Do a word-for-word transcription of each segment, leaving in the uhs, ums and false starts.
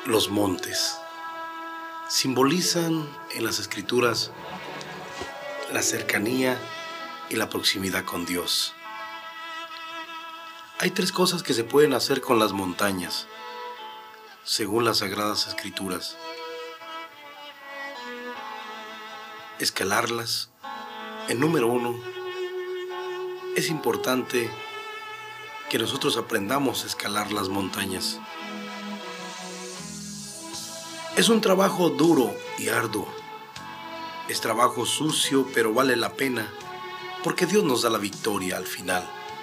Los montes simbolizan en las Escrituras la cercanía y la proximidad con Dios. Hay tres cosas que se pueden hacer con las montañas, según las Sagradas Escrituras: escalarlas. En número uno, es importante que nosotros aprendamos a escalar las montañas. Es un trabajo duro y arduo. Es trabajo sucio, pero vale la pena, porque Dios nos da la victoria al final.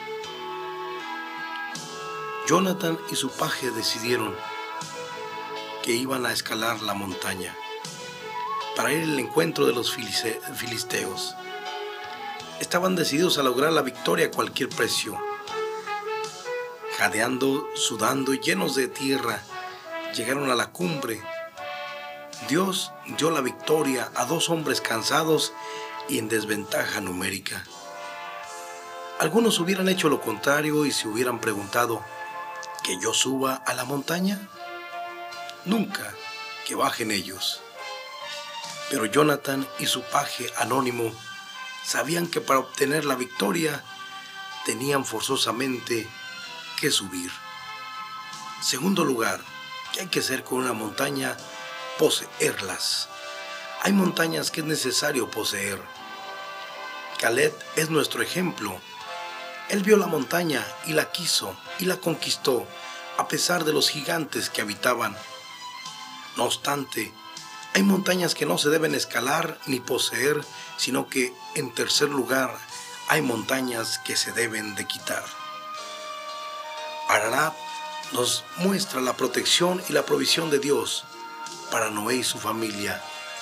Jonathan y su paje decidieron que iban a escalar la montaña para ir al encuentro de los filisteos. Estaban decididos a lograr la victoria a cualquier precio. Jadeando, sudando y llenos de tierra, llegaron a la cumbre. Dios dio la victoria a dos hombres cansados y en desventaja numérica. Algunos hubieran hecho lo contrario y se hubieran preguntado: ¿que yo suba a la montaña? Nunca, que bajen ellos. Pero Jonathan y su paje anónimo sabían que para obtener la victoria tenían forzosamente que subir. Segundo lugar, ¿qué hay que hacer con una montaña? Poseerlas. Hay montañas que es necesario poseer. Caleb es nuestro ejemplo. Él vio la montaña y la quiso y la conquistó, a pesar de los gigantes que habitaban. No obstante, hay montañas que no se deben escalar ni poseer, sino que, en tercer lugar, hay montañas que se deben de quitar. Ararat nos muestra la protección y la provisión de Dios para Noé y su familia.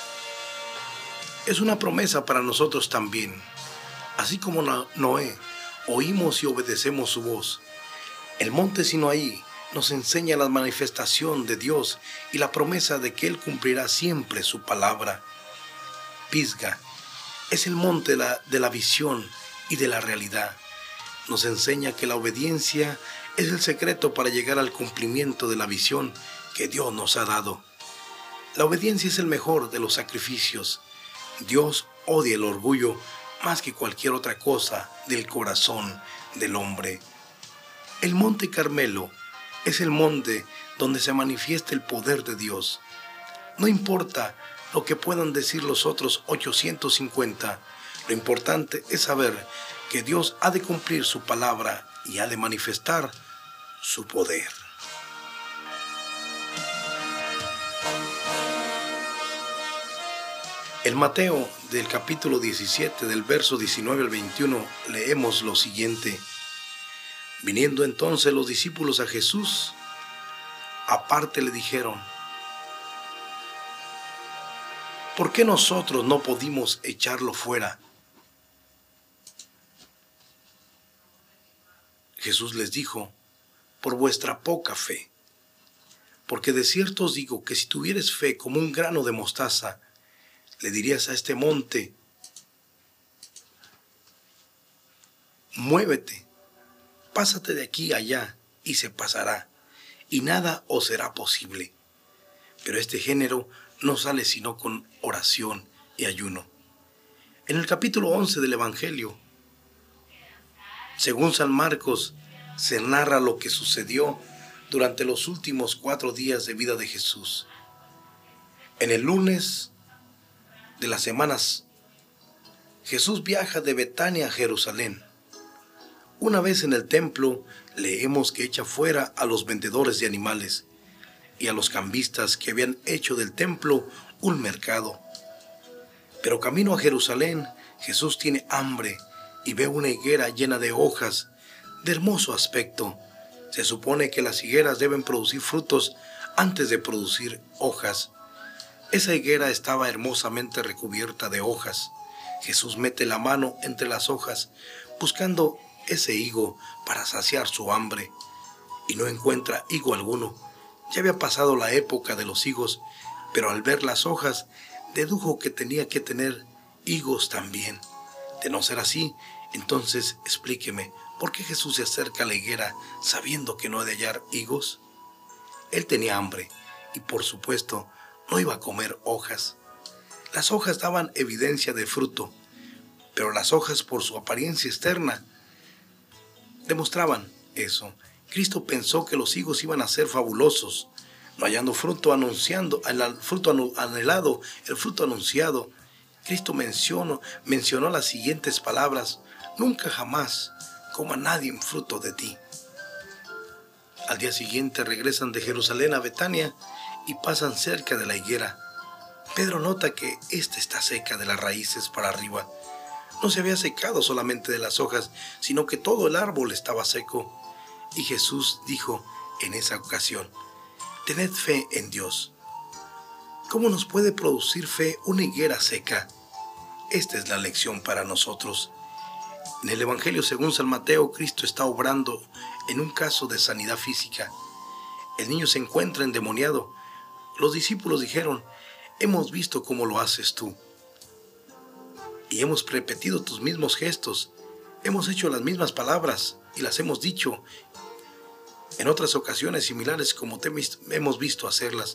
Es una promesa para nosotros también. Así como Noé oímos y obedecemos su voz, el monte Sinaí nos enseña la manifestación de Dios y la promesa de que Él cumplirá siempre su palabra. Pisga es el monte de la, de la visión y de la realidad. Nos enseña que la obediencia es el secreto para llegar al cumplimiento de la visión que Dios nos ha dado. La obediencia es el mejor de los sacrificios. Dios odia el orgullo más que cualquier otra cosa del corazón del hombre. El monte Carmelo es el monte donde se manifiesta el poder de Dios. No importa lo que puedan decir los otros ochocientos cincuenta, lo importante es saber que Dios ha de cumplir su palabra y ha de manifestar su poder. En Mateo, del capítulo diecisiete, del verso diecinueve al veintiuno, leemos lo siguiente: Viniendo entonces los discípulos a Jesús, aparte le dijeron: ¿por qué nosotros no pudimos echarlo fuera? Jesús les dijo: por vuestra poca fe. Porque de cierto os digo que si tuvieres fe como un grano de mostaza, le dirías a este monte: muévete, pásate de aquí a allá, y se pasará, y nada os será posible. Pero este género no sale sino con oración y ayuno. En el capítulo once del Evangelio, según San Marcos, se narra lo que sucedió durante los últimos cuatro días de vida de Jesús. En el lunes de las semanas, Jesús viaja de Betania a Jerusalén. Una vez en el templo, leemos que echa fuera a los vendedores de animales y a los cambistas que habían hecho del templo un mercado. Pero camino a Jerusalén, Jesús tiene hambre y ve una higuera llena de hojas de hermoso aspecto. Se supone que las higueras deben producir frutos antes de producir hojas. Esa higuera estaba hermosamente recubierta de hojas. Jesús mete la mano entre las hojas buscando ese higo para saciar su hambre y no encuentra higo alguno. Ya había pasado la época de los higos, pero al ver las hojas dedujo que tenía que tener higos también. De no ser así, entonces explíqueme, ¿por qué Jesús se acerca a la higuera sabiendo que no ha de hallar higos? Él tenía hambre y por supuesto no iba a comer hojas. Las hojas daban evidencia de fruto, pero las hojas por su apariencia externa demostraban eso. Cristo pensó que los higos iban a ser fabulosos, no hallando fruto anunciando, el fruto anhelado, el fruto anunciado. Cristo mencionó, mencionó las siguientes palabras: nunca jamás coma nadie fruto de ti. Al día siguiente regresan de Jerusalén a Betania y pasan cerca de la higuera. Pedro nota que ésta está seca de las raíces para arriba. No se había secado solamente de las hojas, sino que todo el árbol estaba seco. Y Jesús dijo en esa ocasión: tened fe en Dios. ¿Cómo nos puede producir fe una higuera seca? Esta es la lección para nosotros. En el Evangelio según San Mateo, Cristo está obrando en un caso de sanidad física. El niño se encuentra endemoniado. Los discípulos dijeron: hemos visto cómo lo haces tú, y hemos repetido tus mismos gestos, hemos hecho las mismas palabras y las hemos dicho en otras ocasiones similares como te hemos visto hacerlas,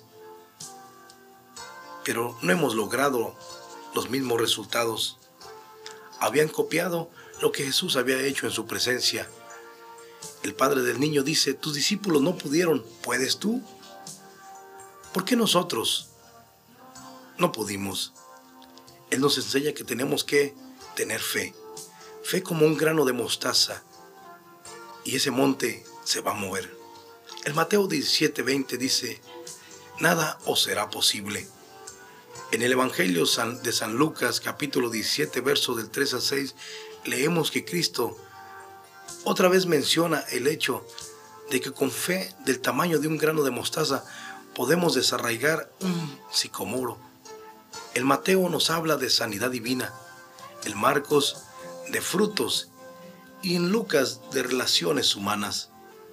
pero no hemos logrado los mismos resultados. Habían copiado lo que Jesús había hecho en su presencia. El padre del niño dice: tus discípulos no pudieron, ¿puedes tú? ¿Por qué nosotros no pudimos? Él nos enseña que tenemos que tener fe, fe como un grano de mostaza, y ese monte se va a mover. El Mateo diecisiete veinte dice: nada os será posible. En el Evangelio de San Lucas, capítulo diecisiete, versos del tres al seis, leemos que Cristo otra vez menciona el hecho de que con fe del tamaño de un grano de mostaza podemos desarraigar un sicomoro. El Mateo nos habla de sanidad divina, el Marcos de frutos y en Lucas de relaciones humanas.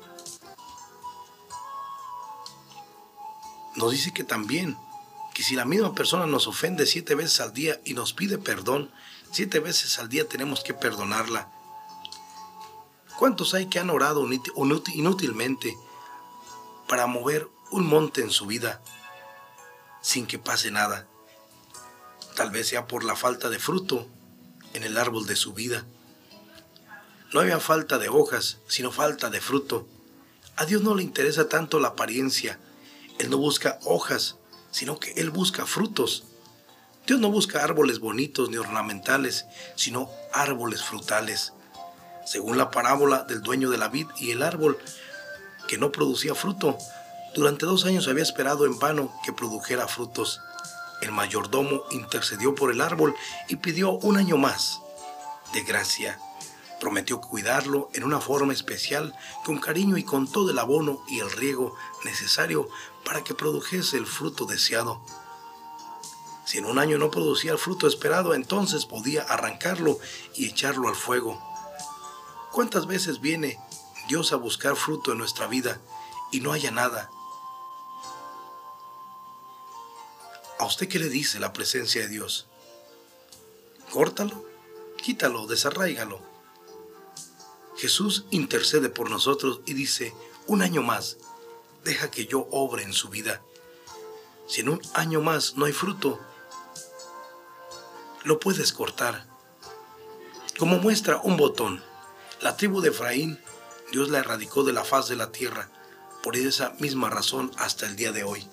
Nos dice que también, que si la misma persona nos ofende siete veces al día y nos pide perdón, siete veces al día tenemos que perdonarla. ¿Cuántos hay que han orado inútilmente para mover un monte en su vida sin que pase nada? Tal vez sea por la falta de fruto en el árbol de su vida. No había falta de hojas, sino falta de fruto. A Dios no le interesa tanto la apariencia. Él no busca hojas, sino que Él busca frutos. Dios no busca árboles bonitos ni ornamentales, sino árboles frutales. Según la parábola del dueño de la vid y el árbol que no producía fruto, durante dos años había esperado en vano que produjera frutos. El mayordomo intercedió por el árbol y pidió un año más de gracia. Prometió cuidarlo en una forma especial, con cariño y con todo el abono y el riego necesario para que produjese el fruto deseado. Si en un año no producía el fruto esperado, entonces podía arrancarlo y echarlo al fuego. ¿Cuántas veces viene Dios a buscar fruto en nuestra vida y no haya nada? ¿A usted qué le dice la presencia de Dios? Córtalo, quítalo, desarráigalo. Jesús intercede por nosotros y dice: un año más, deja que yo obre en su vida. Si en un año más no hay fruto, lo puedes cortar. Como muestra un botón, la tribu de Efraín, Dios la erradicó de la faz de la tierra, por esa misma razón hasta el día de hoy.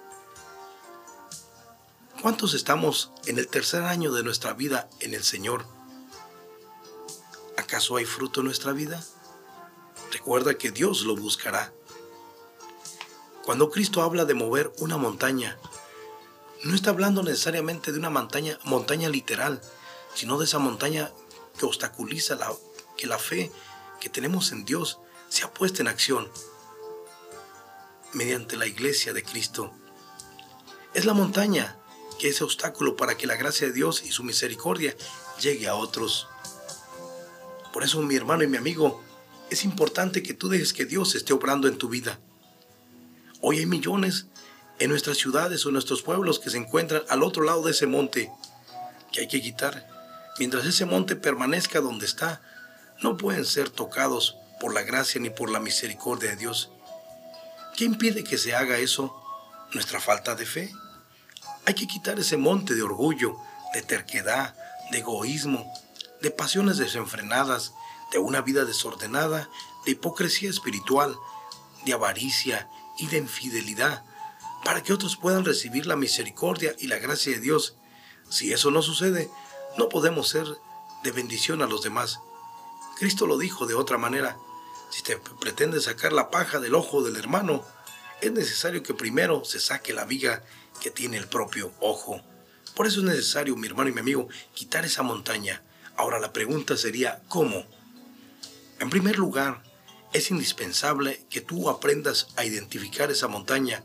¿Cuántos estamos en el tercer año de nuestra vida en el Señor? ¿Acaso hay fruto en nuestra vida? Recuerda que Dios lo buscará. Cuando Cristo habla de mover una montaña, no está hablando necesariamente de una montaña, montaña literal, sino de esa montaña que obstaculiza la, que la fe que tenemos en Dios sea puesta en acción mediante la iglesia de Cristo. Es la montaña que es obstáculo para que la gracia de Dios y su misericordia llegue a otros. Por eso, mi hermano y mi amigo, es importante que tú dejes que Dios esté obrando en tu vida. Hoy hay millones en nuestras ciudades o en nuestros pueblos que se encuentran al otro lado de ese monte que hay que quitar. Mientras ese monte permanezca donde está, no pueden ser tocados por la gracia ni por la misericordia de Dios. ¿Qué impide que se haga eso? nuestra falta de fe. Hay que quitar ese monte de orgullo, de terquedad, de egoísmo, de pasiones desenfrenadas, de una vida desordenada, de hipocresía espiritual, de avaricia y de infidelidad, para que otros puedan recibir la misericordia y la gracia de Dios. Si eso no sucede, no podemos ser de bendición a los demás. Cristo lo dijo de otra manera: si te pretendes sacar la paja del ojo del hermano, es necesario que primero se saque la viga que tiene el propio ojo. Por eso es necesario, mi hermano y mi amigo, quitar esa montaña. Ahora la pregunta sería, ¿cómo? En primer lugar, es indispensable que tú aprendas a identificar esa montaña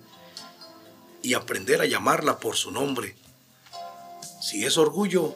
y aprender a llamarla por su nombre. Si es orgullo,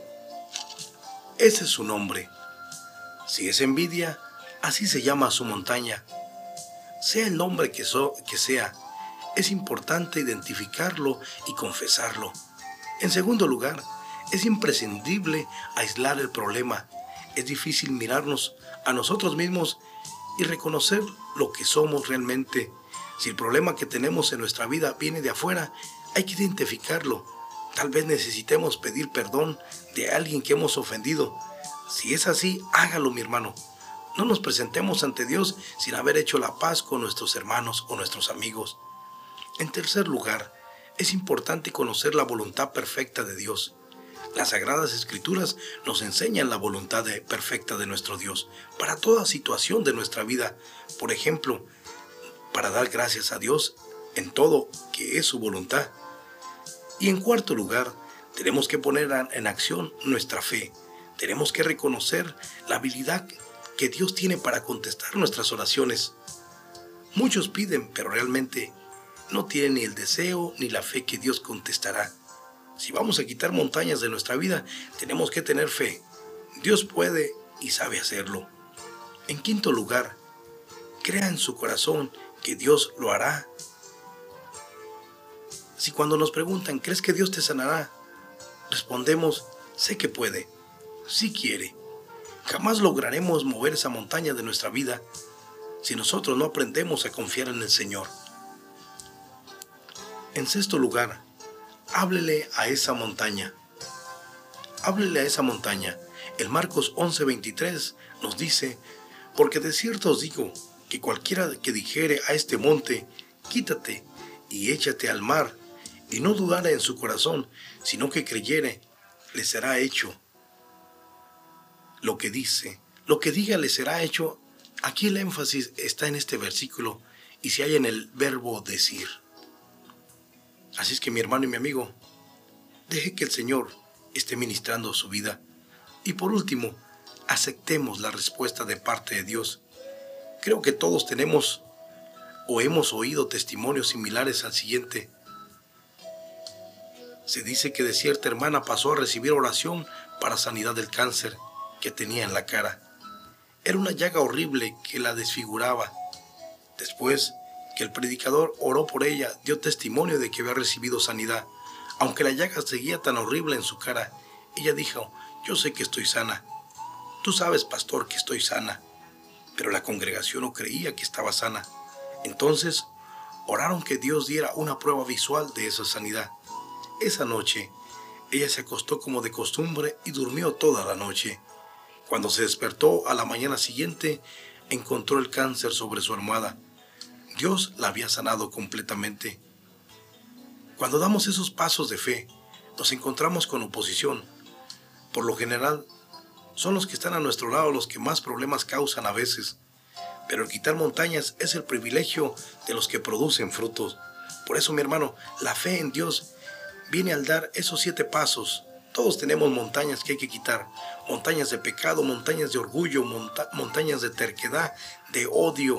ese es su nombre. Si es envidia, así se llama su montaña. Sea el nombre que, so, que sea, es importante identificarlo y confesarlo. En segundo lugar, es imprescindible aislar el problema. Es difícil mirarnos a nosotros mismos y reconocer lo que somos realmente. Si el problema que tenemos en nuestra vida viene de afuera, hay que identificarlo. Tal vez necesitemos pedir perdón de alguien que hemos ofendido. Si es así, hágalo, mi hermano. No nos presentemos ante Dios sin haber hecho la paz con nuestros hermanos o nuestros amigos. En tercer lugar, es importante conocer la voluntad perfecta de Dios. Las Sagradas Escrituras nos enseñan la voluntad de, perfecta de nuestro Dios para toda situación de nuestra vida. Por ejemplo, para dar gracias a Dios en todo que es su voluntad. Y en cuarto lugar, tenemos que poner en acción nuestra fe. Tenemos que reconocer la habilidad que Dios tiene para contestar nuestras oraciones. Muchos piden, pero realmente no tienen ni el deseo ni la fe que Dios contestará. Si vamos a quitar montañas de nuestra vida, tenemos que tener fe. Dios puede y sabe hacerlo. En quinto lugar, crea en su corazón que Dios lo hará. Si cuando nos preguntan, ¿crees que Dios te sanará?, respondemos, sé que puede, sí quiere. Jamás lograremos mover esa montaña de nuestra vida si nosotros no aprendemos a confiar en el Señor. En sexto lugar, háblele a esa montaña. Háblele a esa montaña. El Marcos once veintitrés nos dice, porque de cierto os digo que cualquiera que dijere a este monte, quítate y échate al mar, y no dudara en su corazón, sino que creyere, le será hecho lo que dice. Lo que diga le será hecho. Aquí el énfasis está en este versículo y se halla en el verbo decir. Así es que, mi hermano y mi amigo, deje que el Señor esté ministrando su vida. Y por último, aceptemos la respuesta de parte de Dios. Creo que todos tenemos o hemos oído testimonios similares al siguiente. Se dice que de cierta hermana pasó a recibir oración para sanidad del cáncer que tenía en la cara. Era una llaga horrible que la desfiguraba. Después que el predicador oró por ella, dio testimonio de que había recibido sanidad. Aunque la llaga seguía tan horrible en su cara, ella dijo, yo sé que estoy sana. Tú sabes, pastor, que estoy sana. Pero la congregación no creía que estaba sana. Entonces, oraron que Dios diera una prueba visual de esa sanidad. Esa noche, ella se acostó como de costumbre y durmió toda la noche. Cuando se despertó a la mañana siguiente, encontró el cáncer sobre su almohada. Dios la había sanado completamente. Cuando damos esos pasos de fe, nos encontramos con oposición. Por lo general, son los que están a nuestro lado los que más problemas causan a veces. Pero el quitar montañas es el privilegio de los que producen frutos. Por eso, mi hermano, la fe en Dios viene al dar esos siete pasos. Todos tenemos montañas que hay que quitar. Montañas de pecado, montañas de orgullo, monta- montañas de terquedad, de odio.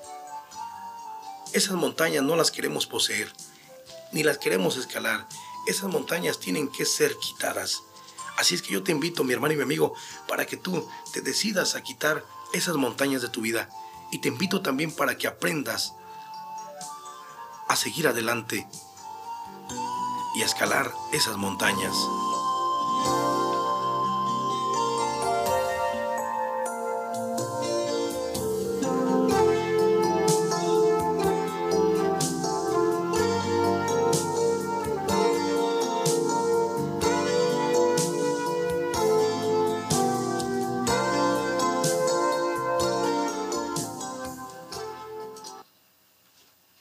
Esas montañas no las queremos poseer, ni las queremos escalar. Esas montañas tienen que ser quitadas. Así es que yo te invito, mi hermano y mi amigo, para que tú te decidas a quitar esas montañas de tu vida. Y te invito también para que aprendas a seguir adelante y a escalar esas montañas.